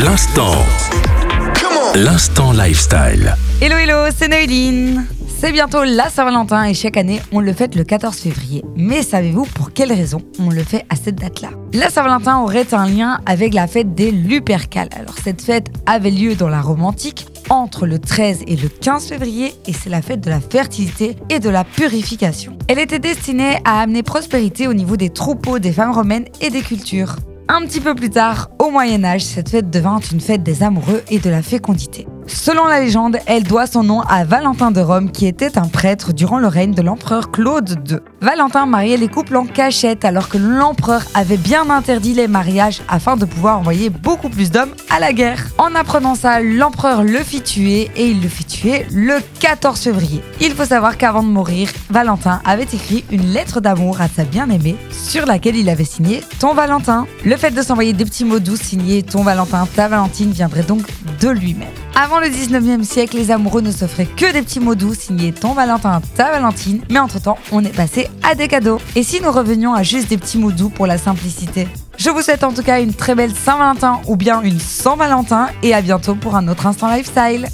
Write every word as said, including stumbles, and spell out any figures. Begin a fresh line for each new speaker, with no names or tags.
L'instant. L'instant lifestyle.
Hello hello, c'est Noéline. C'est bientôt la Saint-Valentin et chaque année, on le fête le quatorze février. Mais savez-vous pour quelle raison on le fait à cette date-là ? La Saint-Valentin aurait un lien avec la fête des Lupercales. Alors cette fête avait lieu dans la Rome antique entre le treize et le quinze février et c'est la fête de la fertilité et de la purification. Elle était destinée à amener prospérité au niveau des troupeaux des femmes romaines et des cultures. Un petit peu plus tard, au Moyen-Âge, cette fête devint une fête des amoureux et de la fécondité. Selon la légende, elle doit son nom à Valentin de Rome qui était un prêtre durant le règne de l'empereur Claude deux. Valentin mariait les couples en cachette alors que l'empereur avait bien interdit les mariages afin de pouvoir envoyer beaucoup plus d'hommes à la guerre. En apprenant ça, l'empereur le fit tuer et il le fit tuer le quatorze février. Il faut savoir qu'avant de mourir, Valentin avait écrit une lettre d'amour à sa bien-aimée sur laquelle il avait signé « Ton Valentin ». Le fait de s'envoyer des petits mots doux signés « Ton Valentin, ta Valentine » viendrait donc de lui-même. Avant le dix-neuvième siècle, les amoureux ne s'offraient que des petits mots doux signés Ton Valentin, ta Valentine, mais entre-temps, on est passé à des cadeaux. Et si nous revenions à juste des petits mots doux pour la simplicité ? Je vous souhaite en tout cas une très belle Saint-Valentin ou bien une Saint-Valentin et à bientôt pour un autre instant lifestyle.